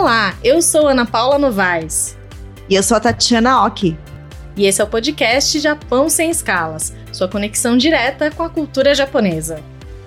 Olá, eu sou Ana Paula Novaes. E eu sou a Tatiana Oki. E esse é o podcast Japão Sem Escalas, sua conexão direta com a cultura japonesa.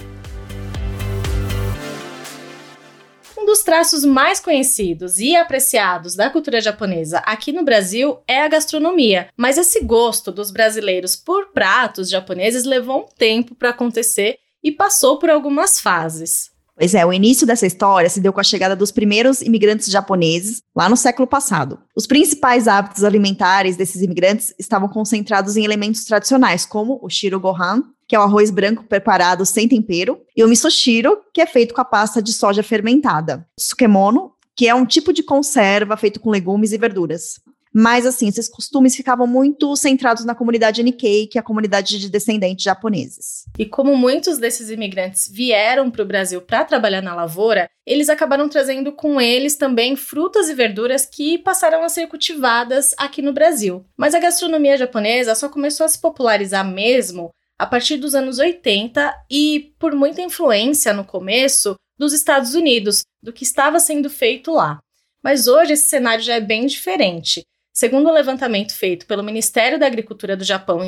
Um dos traços mais conhecidos e apreciados da cultura japonesa aqui no Brasil é a gastronomia, mas esse gosto dos brasileiros por pratos japoneses levou um tempo para acontecer e passou por algumas fases. Pois é, o início dessa história se deu com a chegada dos primeiros imigrantes japoneses lá no século passado. Os principais hábitos alimentares desses imigrantes estavam concentrados em elementos tradicionais, como o shiro gohan, que é o arroz branco preparado sem tempero, e o misoshiro, que é feito com a pasta de soja fermentada. Tsukemono, que é um tipo de conserva feito com legumes e verduras. Mas, assim, esses costumes ficavam muito centrados na comunidade Nikkei, que é a comunidade de descendentes japoneses. E como muitos desses imigrantes vieram para o Brasil para trabalhar na lavoura, eles acabaram trazendo com eles também frutas e verduras que passaram a ser cultivadas aqui no Brasil. Mas a gastronomia japonesa só começou a se popularizar mesmo a partir dos anos 80 e por muita influência no começo dos Estados Unidos, do que estava sendo feito lá. Mas hoje esse cenário já é bem diferente. Segundo um levantamento feito pelo Ministério da Agricultura do Japão em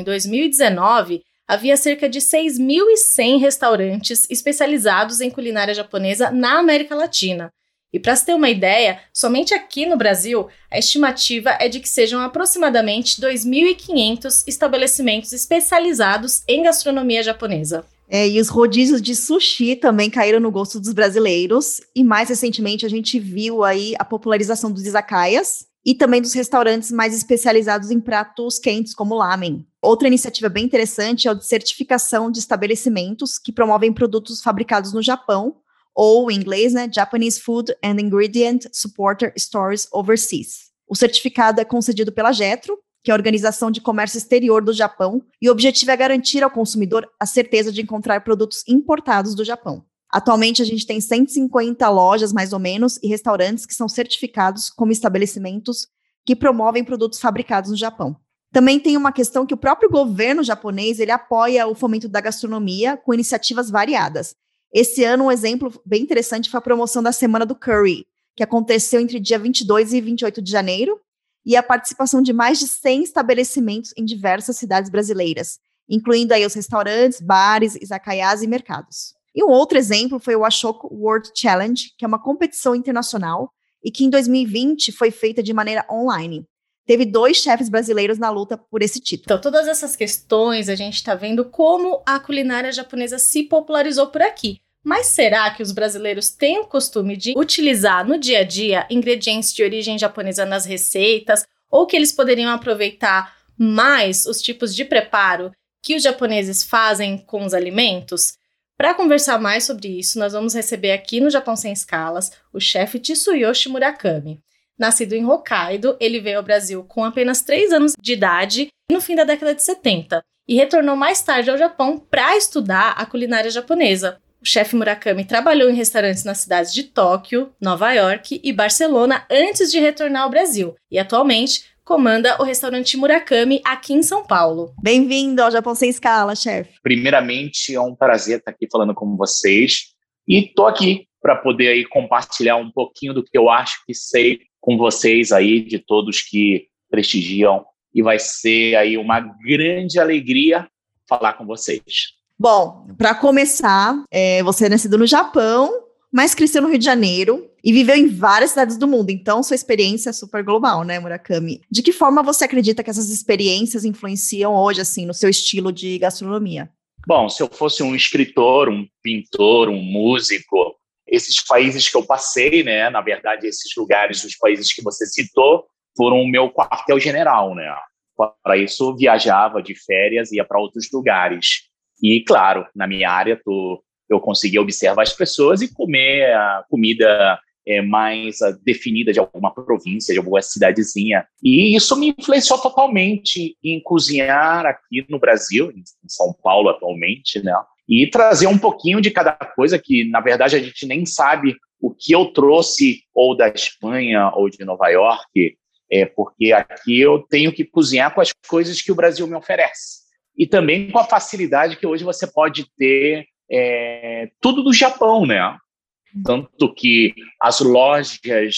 2019, havia cerca de 6.100 restaurantes especializados em culinária japonesa na América Latina. E para se ter uma ideia, somente aqui no Brasil, a estimativa é de que sejam aproximadamente 2.500 estabelecimentos especializados em gastronomia japonesa. E os rodízios de sushi também caíram no gosto dos brasileiros. E mais recentemente a gente viu aí a popularização dos izakayas, e também dos restaurantes mais especializados em pratos quentes, como lamen. Outra iniciativa bem interessante é o de certificação de estabelecimentos que promovem produtos fabricados no Japão, ou, em inglês, Japanese Food and Ingredient Supporter Stores Overseas. O certificado é concedido pela JETRO, que é a Organização de Comércio Exterior do Japão, e o objetivo é garantir ao consumidor a certeza de encontrar produtos importados do Japão. Atualmente, a gente tem 150 lojas, mais ou menos, e restaurantes que são certificados como estabelecimentos que promovem produtos fabricados no Japão. Também tem uma questão que o próprio governo japonês, ele apoia o fomento da gastronomia com iniciativas variadas. Esse ano, um exemplo bem interessante foi a promoção da Semana do Curry, que aconteceu entre dia 22 e 28 de janeiro, e a participação de mais de 100 estabelecimentos em diversas cidades brasileiras, incluindo aí os restaurantes, bares, izakayas e mercados. E um outro exemplo foi o Ashoku World Challenge, que é uma competição internacional e que em 2020 foi feita de maneira online. Teve 2 chefes brasileiros na luta por esse título. Então, todas essas questões a gente está vendo como a culinária japonesa se popularizou por aqui. Mas será que os brasileiros têm o costume de utilizar no dia a dia ingredientes de origem japonesa nas receitas ou que eles poderiam aproveitar mais os tipos de preparo que os japoneses fazem com os alimentos? Para conversar mais sobre isso, nós vamos receber aqui no Japão Sem Escalas o chefe Tsuyoshi Murakami. Nascido em Hokkaido, ele veio ao Brasil com apenas 3 anos de idade no fim da década de 70 e retornou mais tarde ao Japão para estudar a culinária japonesa. O chefe Murakami trabalhou em restaurantes nas cidades de Tóquio, Nova York e Barcelona antes de retornar ao Brasil e atualmente comanda o restaurante Murakami aqui em São Paulo. Bem-vindo ao Japão Sem Escala, chefe. Primeiramente, é um prazer estar aqui falando com vocês e estou aqui para poder aí compartilhar um pouquinho do que eu acho que sei com vocês aí, de todos que prestigiam, e vai ser aí uma grande alegria falar com vocês. Bom, para começar, você é nascido no Japão, mas cresceu no Rio de Janeiro e viveu em várias cidades do mundo, então sua experiência é super global, né, Murakami? De que forma você acredita que essas experiências influenciam hoje, assim, no seu estilo de gastronomia? Bom, se eu fosse um escritor, um pintor, um músico, esses países que eu passei, né, na verdade, esses lugares, os países que você citou, foram o meu quartel-general, né? Para isso, viajava de férias, ia para outros lugares. E, claro, na minha área, eu conseguia observar as pessoas e comer a comida mais definida de alguma província, de alguma cidadezinha. E isso me influenciou totalmente em cozinhar aqui no Brasil, em São Paulo atualmente, né? E trazer um pouquinho de cada coisa que, na verdade, a gente nem sabe o que eu trouxe ou da Espanha ou de Nova York, porque aqui eu tenho que cozinhar com as coisas que o Brasil me oferece. E também com a facilidade que hoje você pode ter tudo do Japão, né? Tanto que as lojas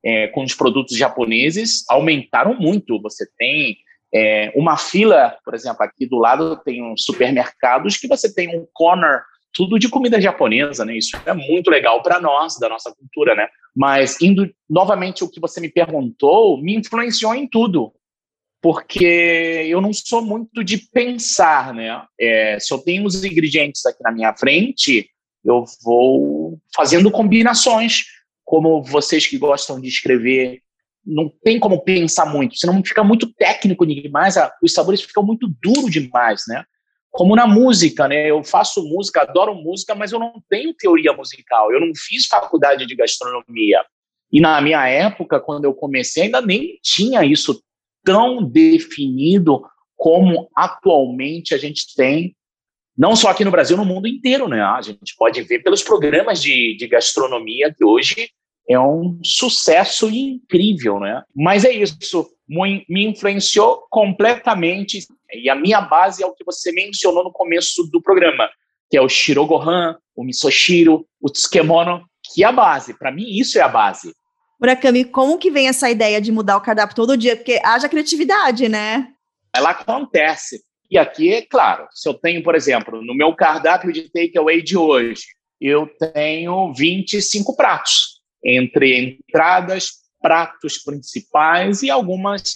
com os produtos japoneses aumentaram muito. Você tem uma fila, por exemplo, aqui do lado tem uns supermercados que você tem um corner, tudo de comida japonesa, né? Isso é muito legal para nós, da nossa cultura, né? Mas, indo novamente o que você me perguntou, me influenciou em tudo, porque eu não sou muito de pensar, né? Se eu tenho os ingredientes aqui na minha frente, eu vou fazendo combinações, como vocês que gostam de escrever, não tem como pensar muito, senão fica muito técnico demais, os sabores ficam muito duros demais, né? Como na música, né? Eu faço música, adoro música, mas eu não tenho teoria musical, eu não fiz faculdade de gastronomia. E na minha época, quando eu comecei, ainda nem tinha isso tão definido como atualmente a gente tem, não só aqui no Brasil, no mundo inteiro, né? A gente pode ver pelos programas de gastronomia que hoje é um sucesso incrível, né? Mas é isso, me influenciou completamente. E a minha base é o que você mencionou no começo do programa, que é o shirogohan, o misoshiro, o tsukemono, que é a base. Para mim, isso é a base. Murakami, como que vem essa ideia de mudar o cardápio todo dia? Porque haja criatividade, né? Ela acontece. E aqui, é claro, se eu tenho, por exemplo, no meu cardápio de takeaway de hoje, eu tenho 25 pratos, entre entradas, pratos principais e algumas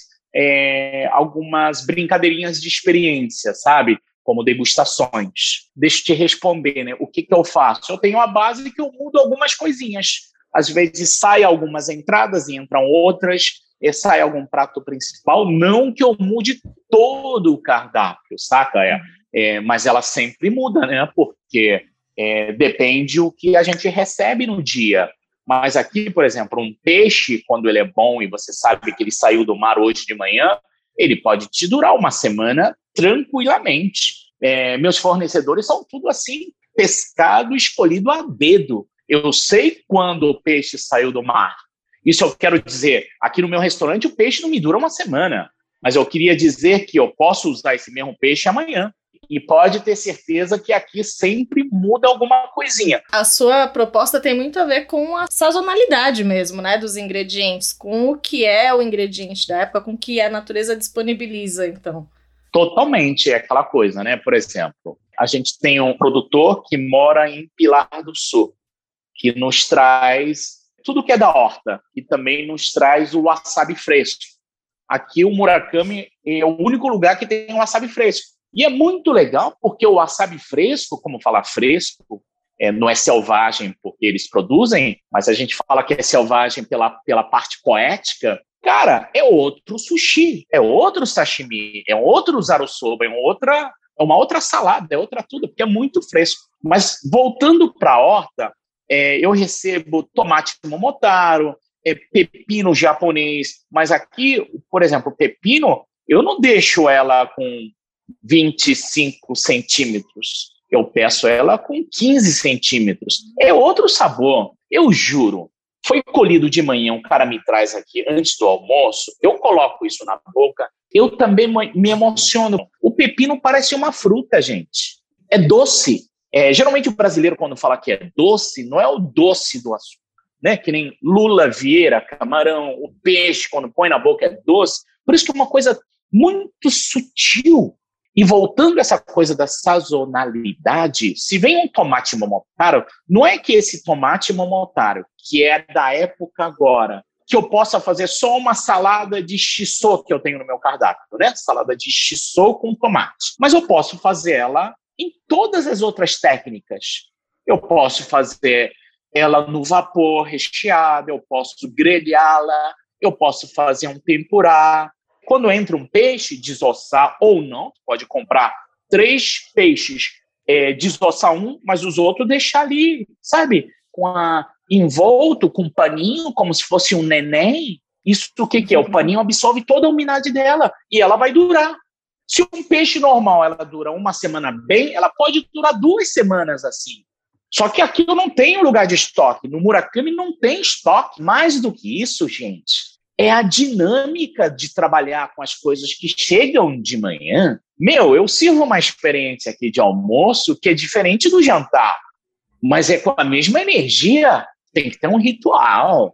brincadeirinhas de experiência, sabe? Como degustações. Deixa eu te responder, né? O que eu faço? Eu tenho a base que eu mudo algumas coisinhas. Às vezes sai algumas entradas e entram outras, sai algum prato principal, não que eu mude todo o cardápio, saca? Mas ela sempre muda, né? Porque depende o que a gente recebe no dia. Mas aqui, por exemplo, um peixe, quando ele é bom e você sabe que ele saiu do mar hoje de manhã, ele pode te durar uma semana tranquilamente. Meus fornecedores são tudo assim, pescado escolhido a dedo. Eu sei quando o peixe saiu do mar. Isso eu quero dizer, aqui no meu restaurante o peixe não me dura uma semana, mas eu queria dizer que eu posso usar esse mesmo peixe amanhã. E pode ter certeza que aqui sempre muda alguma coisinha. A sua proposta tem muito a ver com a sazonalidade mesmo, né, dos ingredientes, com o que é o ingrediente da época, com o que a natureza disponibiliza, então. Totalmente, é aquela coisa, né? Por exemplo, a gente tem um produtor que mora em Pilar do Sul, que nos traz tudo que é da horta e também nos traz o wasabi fresco. Aqui o Murakami é o único lugar que tem wasabi fresco. E é muito legal porque o wasabi fresco, como falar fresco, não é selvagem porque eles produzem, mas a gente fala que é selvagem pela parte poética. Cara, é outro sushi, é outro sashimi, é outro zarusoba, é uma outra salada, é outra tudo, porque é muito fresco. Mas voltando para a horta, eu recebo tomate momotaro, pepino japonês, mas aqui, por exemplo, pepino, eu não deixo ela com 25 centímetros, eu peço ela com 15 centímetros. É outro sabor, eu juro. Foi colhido de manhã, um cara me traz aqui antes do almoço, eu coloco isso na boca, eu também me emociono. O pepino parece uma fruta, gente. É doce. Geralmente o brasileiro, quando fala que é doce, não é o doce do açúcar, né? Que nem lula, vieira, camarão, o peixe, quando põe na boca é doce. Por isso que é uma coisa muito sutil. E voltando a essa coisa da sazonalidade, se vem um tomate momotaro, não é que esse tomate momotaro, que é da época agora, que eu possa fazer só uma salada de shiso que eu tenho no meu cardápio, né? Salada de shiso com tomate. Mas eu posso fazer ela em todas as outras técnicas. Eu posso fazer ela no vapor recheada, eu posso grelhá-la, eu posso fazer um tempurá. Quando entra um peixe, desossar ou não, pode comprar 3 peixes, desossar um, mas os outros deixar ali, sabe? Envolto com um paninho, como se fosse um neném. Isso o que é? O paninho absorve toda a umidade dela e ela vai durar. Se um peixe normal ela dura uma semana bem, ela pode durar 2 semanas assim. Só que aqui eu não tenho lugar de estoque. No Murakami não tem estoque. Mais do que isso, gente, é a dinâmica de trabalhar com as coisas que chegam de manhã. Eu sirvo uma experiência aqui de almoço que é diferente do jantar, mas é com a mesma energia. Tem que ter um ritual.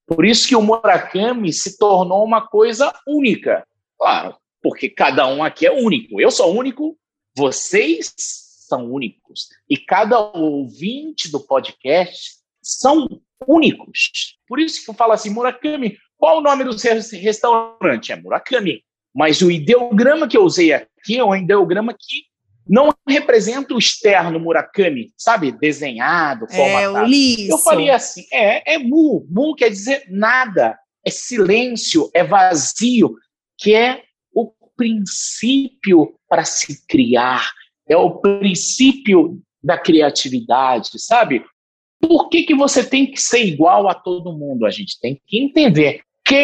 Por isso que o Murakami se tornou uma coisa única. Claro, porque cada um aqui é único. Eu sou único, vocês são únicos. E cada ouvinte do podcast são únicos. Por isso que eu falo assim, Murakami, qual o nome do seu restaurante? É Murakami. Mas o ideograma que eu usei aqui é um ideograma que não representa o externo Murakami, sabe? Desenhado, formatado. Eu falei assim, mu. Mu quer dizer nada. É silêncio, é vazio, que é o princípio para se criar. É o princípio da criatividade, sabe? Por que você tem que ser igual a todo mundo? A gente tem que entender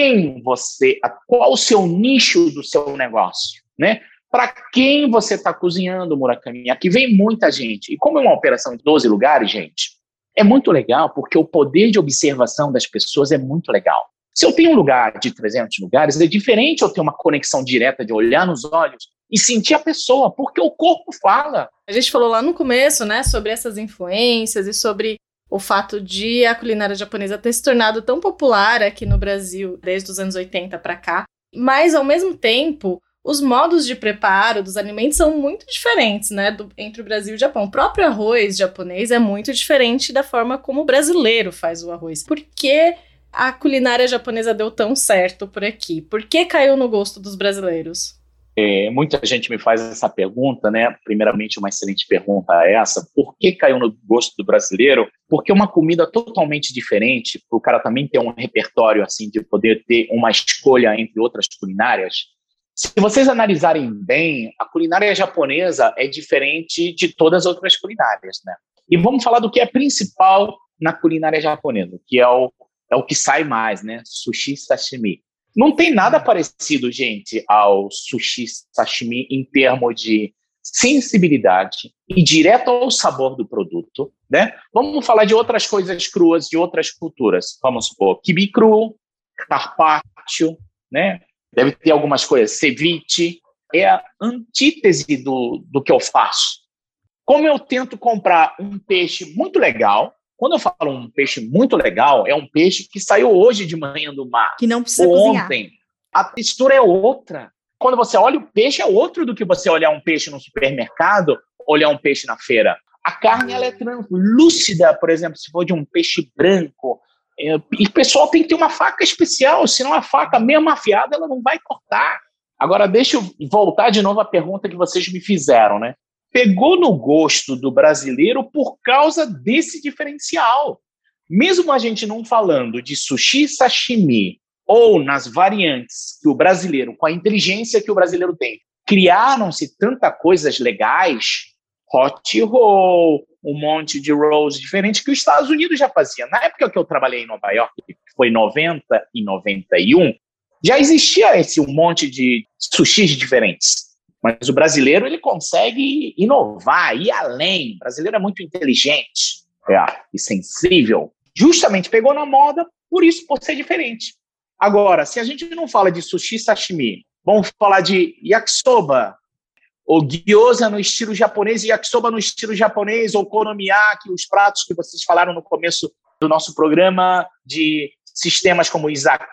qual o seu nicho do seu negócio, né? Para quem você está cozinhando, Murakami? Aqui vem muita gente. E como é uma operação de 12 lugares, gente, é muito legal, porque o poder de observação das pessoas é muito legal. Se eu tenho um lugar de 300 lugares, é diferente eu ter uma conexão direta de olhar nos olhos e sentir a pessoa, porque o corpo fala. A gente falou lá no começo, né, sobre essas influências e sobre o fato de a culinária japonesa ter se tornado tão popular aqui no Brasil desde os anos 80 para cá, mas ao mesmo tempo os modos de preparo dos alimentos são muito diferentes, né, entre o Brasil e o Japão. O próprio arroz japonês é muito diferente da forma como o brasileiro faz o arroz. Por que a culinária japonesa deu tão certo por aqui? Por que caiu no gosto dos brasileiros? Muita gente me faz essa pergunta, né? Primeiramente, uma excelente pergunta essa. Por que caiu no gosto do brasileiro? Porque é uma comida totalmente diferente, para o cara também ter um repertório, assim, de poder ter uma escolha entre outras culinárias. Se vocês analisarem bem, a culinária japonesa é diferente de todas as outras culinárias, né? E vamos falar do que é principal na culinária japonesa, que é o que sai mais, né? Sushi, sashimi. Não tem nada parecido, gente, ao sushi, sashimi em termos de sensibilidade e direto ao sabor do produto, né? Vamos falar de outras coisas cruas de outras culturas. Vamos supor, quibe cru, carpaccio, né? Deve ter algumas coisas, ceviche. É a antítese do que eu faço. Como eu tento comprar um peixe muito legal. Quando eu falo um peixe muito legal, é um peixe que saiu hoje de manhã do mar. Que não precisa cozinhar. Ontem. A textura é outra. Quando você olha o peixe, é outro do que você olhar um peixe no supermercado, olhar um peixe na feira. A carne ela é translúcida, por exemplo, se for de um peixe branco. E o pessoal tem que ter uma faca especial, senão a faca mesmo afiada ela não vai cortar. Agora, deixa eu voltar de novo à pergunta que vocês me fizeram, né? Pegou no gosto do brasileiro por causa desse diferencial. Mesmo a gente não falando de sushi, sashimi, ou nas variantes que o brasileiro, com a inteligência que o brasileiro tem, criaram-se tantas coisas legais, hot roll, um monte de rolls diferentes que os Estados Unidos já faziam. Na época que eu trabalhei em Nova York, que foi 90 e 91, já existia um monte de sushis diferentes. Mas o brasileiro ele consegue inovar, ir além. O brasileiro é muito inteligente e sensível. Justamente pegou na moda, por ser diferente. Agora, se a gente não fala de sushi sashimi, vamos falar de yakisoba, ou gyoza no estilo japonês, yakisoba no estilo japonês, ou okonomiyaki, os pratos que vocês falaram no começo do nosso programa, de sistemas como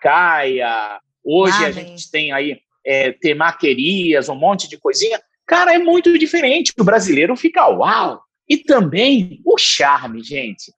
izakaya. Hoje a gente tem aí temaquerias, um monte de coisinha. Cara, é muito diferente. O brasileiro fica uau. E também o charme, gente.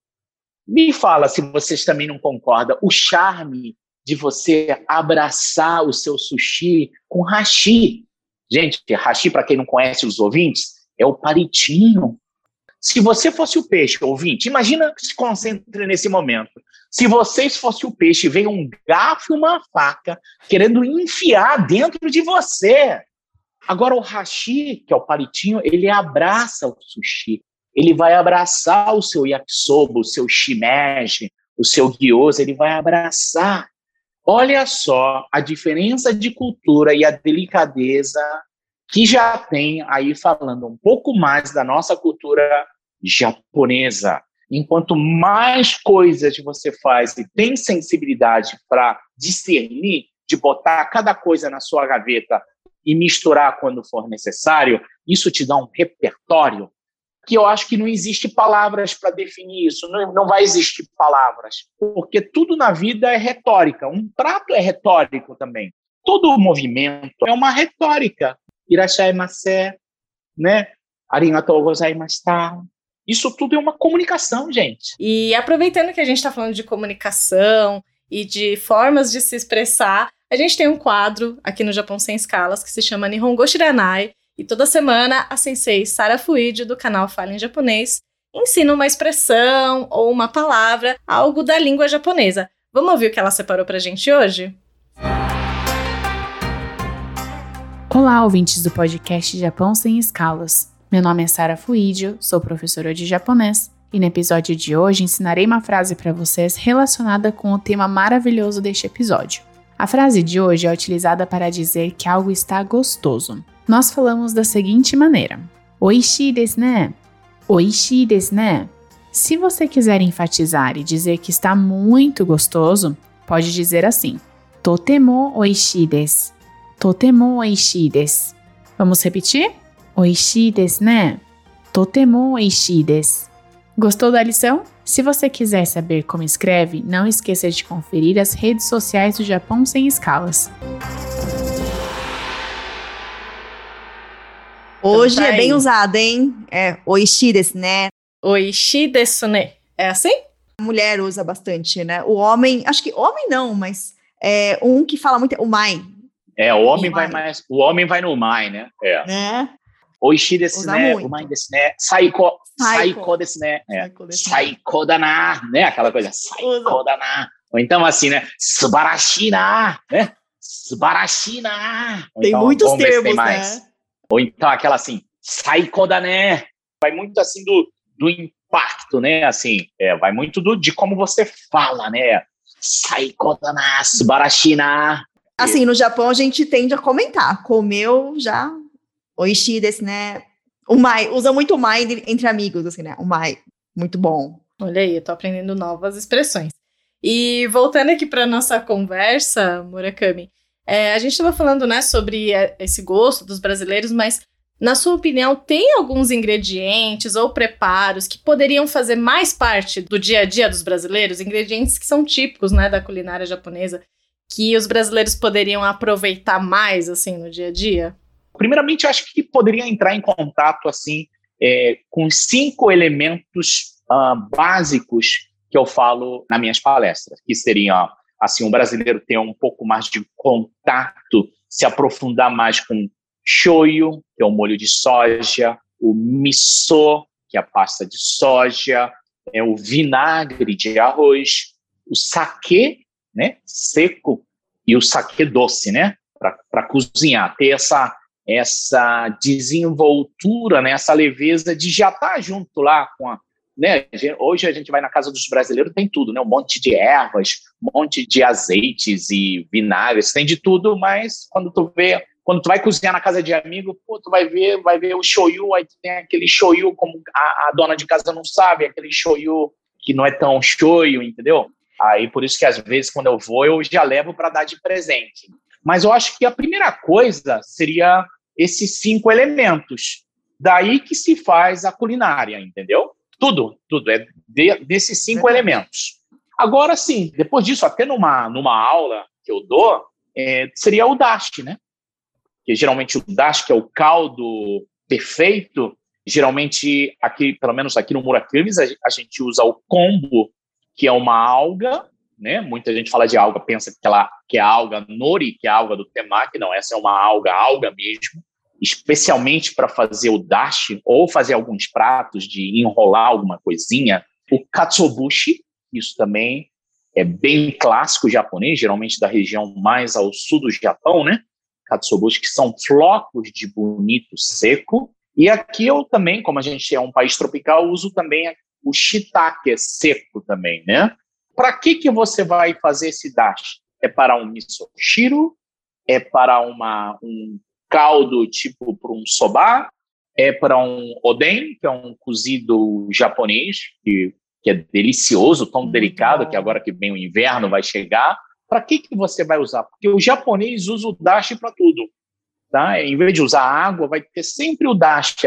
Me fala se vocês também não concordam. O charme de você abraçar o seu sushi com hashi. Gente, hashi, para quem não conhece os ouvintes, é o palitinho. Se você fosse o peixe, ouvinte, imagina, se concentre nesse momento. Se vocês fossem o peixe, vem um garfo e uma faca querendo enfiar dentro de você. Agora o hashi, que é o palitinho, ele abraça o sushi. Ele vai abraçar o seu yakisoba, o seu shimeji, o seu gyoza, ele vai abraçar. Olha só a diferença de cultura e a delicadeza que já tem aí falando um pouco mais da nossa cultura japonesa. Enquanto mais coisas você faz e tem sensibilidade para discernir, de botar cada coisa na sua gaveta e misturar quando for necessário, isso te dá um repertório que eu acho que não existe palavras para definir isso, não vai existir palavras, porque tudo na vida é retórica, um prato é retórico também, todo movimento é uma retórica, irashaimase, né, arigatou gozaimashita, isso tudo é uma comunicação, gente. E aproveitando que a gente está falando de comunicação e de formas de se expressar, a gente tem um quadro aqui no Japão Sem Escalas que se chama Nihongo Shiranai, e toda semana a sensei Sara Fuide, do canal Fala em Japonês, ensina uma expressão ou uma palavra, algo da língua japonesa. Vamos ouvir o que ela separou pra gente hoje? Olá, ouvintes do podcast Japão Sem Escalas. Meu nome é Sara Fuide, sou professora de japonês, e no episódio de hoje ensinarei uma frase para vocês relacionada com o tema maravilhoso deste episódio. A frase de hoje é utilizada para dizer que algo está gostoso. Nós falamos da seguinte maneira: Oishii desu ne. Oishii desu ne. Se você quiser enfatizar e dizer que está muito gostoso, pode dizer assim: Totemo oishii desu. Totemo oishii desu. Vamos repetir? Oishii desu ne. Totemo oishii desu. Gostou da lição? Se você quiser saber como escreve, não esqueça de conferir as redes sociais do Japão Sem Escalas. Hoje Então tá é bem aí. usado, hein? Oishii desu ne. Oishii desu ne. É assim? A mulher usa bastante, né? O homem, acho que homem não, mas um que fala muito é o mai, O homem Umai. o homem vai no umai, né? né? Oishii desu Usa ne, muito. umai desu ne, saiko, Saiko. saiko desu ne, Saiko desu ne. saiko da na, né? Aquela coisa, saiko da na. Ou então assim, né? Subarashi na, né? Subarashi na. Ou Tem então, muitos vamos ver se termos, tem mais. né? Ou então aquela assim, saiko da né? Vai muito assim do impacto, né? Assim, vai muito de como você fala, né? Saiko da na, subarashi na. Assim, no Japão a gente tende a comentar. Comeu já. Oishii desu ne. O mai, usa muito o mai entre amigos, assim, né? O mai, muito bom. Olha aí, eu tô aprendendo novas expressões. E voltando aqui para nossa conversa, Murakami, a gente estava falando, né, sobre esse gosto dos brasileiros, mas, na sua opinião, tem alguns ingredientes ou preparos que poderiam fazer mais parte do dia a dia dos brasileiros? Ingredientes que são típicos, né, da culinária japonesa, que os brasileiros poderiam aproveitar mais, assim, no dia a dia? Primeiramente, eu acho que poderia entrar em contato assim com 5 elementos básicos que eu falo nas minhas palestras, que seriam assim, o brasileiro ter um pouco mais de contato, se aprofundar mais com shoyu, que é o molho de soja, o miso, que é a pasta de soja, o vinagre de arroz, o sake, né, seco, e o sake doce, né, para cozinhar, ter essa desenvoltura, né, essa leveza de já estar junto lá com a, né, hoje a gente vai na casa dos brasileiros, tem tudo, né, um monte de ervas, um monte de azeites e vinagres, tem de tudo, mas quando tu vai cozinhar na casa de amigo, pô, tu vai ver o shoyu, aí tu tem aquele shoyu como a dona de casa não sabe, aquele shoyu que não é tão shoyu, entendeu? Aí por isso que às vezes quando eu vou, eu já levo para dar de presente. Mas eu acho que a primeira coisa seria esses 5 elementos. Daí que se faz a culinária, entendeu? Tudo é desses 5 elementos. Agora, sim, depois disso, até numa aula que eu dou, seria o dashi, né? Que geralmente o dashi, que é o caldo perfeito, geralmente, aqui, pelo menos aqui no Murakami, a gente usa o kombu, que é uma alga, né? Muita gente fala de alga, pensa que é a alga nori, que é a alga do temaki. Não, essa é uma alga mesmo, especialmente para fazer o dashi ou fazer alguns pratos de enrolar alguma coisinha. O katsuobushi, isso também é bem clássico japonês, geralmente da região mais ao sul do Japão, né? Katsuobushi, que são flocos de bonito seco. E aqui eu também, como a gente é um país tropical, uso também o shiitake seco também, né? Para que você vai fazer esse dashi? É para um misoshiro? É para um caldo tipo para um soba? É para um oden, que é um cozido japonês, que é delicioso, tão delicado, que agora que vem o inverno vai chegar. Para que você vai usar? Porque o japonês usa o dashi para tudo. Tá? Em vez de usar água, vai ter sempre o dashi ali.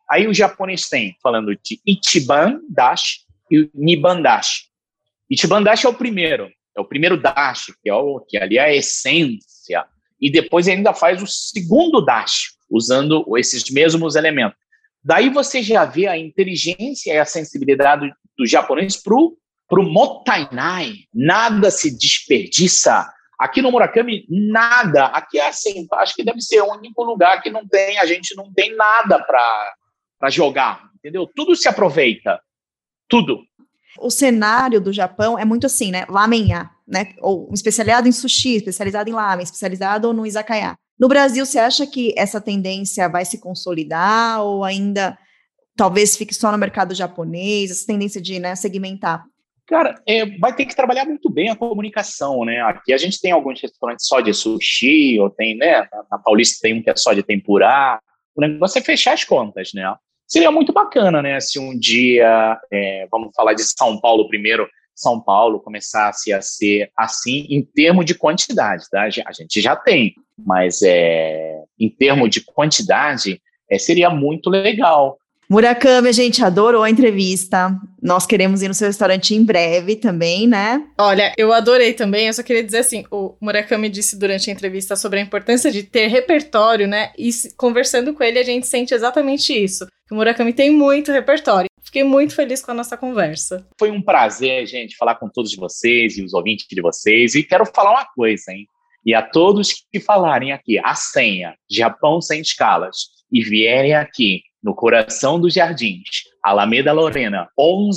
Aí o japonês tem, falando de Ichiban Dashi e Niban Dashi. Ichiban Dashi é o primeiro dashi, que ali é a essência. E depois ele ainda faz o segundo dashi, usando esses mesmos elementos. Daí você já vê a inteligência e a sensibilidade do japonês pro mottainai. Nada se desperdiça. Aqui no Murakami, nada. Aqui é assim, acho que deve ser o único lugar que a gente não tem nada para jogar, entendeu? Tudo se aproveita, tudo. O cenário do Japão é muito assim, né? Lamen-ya, né? Ou especializado em sushi, especializado em lamen, especializado no izakaya. No Brasil, você acha que essa tendência vai se consolidar ou ainda talvez fique só no mercado japonês, essa tendência de, né, segmentar? Cara, vai ter que trabalhar muito bem a comunicação, né? Aqui a gente tem alguns restaurantes só de sushi, ou tem, né? Na Paulista tem um que é só de tempurá. O negócio é fechar as contas, né? Seria muito bacana, né? Se um dia, vamos falar de São Paulo primeiro, São Paulo começasse a ser assim em termos de quantidade, tá? A gente já tem, mas em termos de quantidade, seria muito legal. Murakami, a gente adorou a entrevista. Nós queremos ir no seu restaurante em breve também, né? Olha, eu adorei também. Eu só queria dizer assim, o Murakami disse durante a entrevista sobre a importância de ter repertório, né? E conversando com ele, a gente sente exatamente isso. O Murakami tem muito repertório. Fiquei muito feliz com a nossa conversa. Foi um prazer, gente, falar com todos vocês e os ouvintes de vocês. E quero falar uma coisa, hein? E a todos que falarem aqui a senha Japão Sem Escalas e vierem aqui no coração dos Jardins, Alameda Lorena,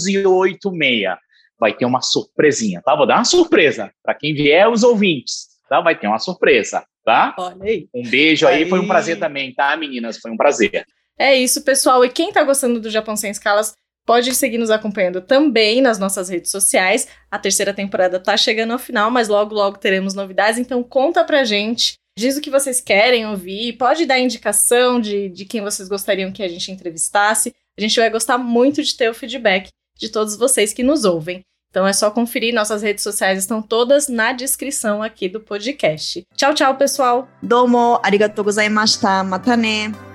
1186, vai ter uma surpresinha, tá? Vou dar uma surpresa para quem vier, os ouvintes, tá? Vai ter uma surpresa, tá? Olha aí. Um beijo aí, foi um prazer também, tá, meninas? Foi um prazer. É isso, pessoal. E quem tá gostando do Japão Sem Escalas, pode seguir nos acompanhando também nas nossas redes sociais. A 3ª temporada tá chegando ao final, mas logo, logo teremos novidades, então conta pra gente. Diz o que vocês querem ouvir, pode dar indicação de quem vocês gostariam que a gente entrevistasse. A gente vai gostar muito de ter o feedback de todos vocês que nos ouvem. Então é só conferir, nossas redes sociais estão todas na descrição aqui do podcast. Tchau, tchau, pessoal! Domo, arigatou gozaimashita, mata ne!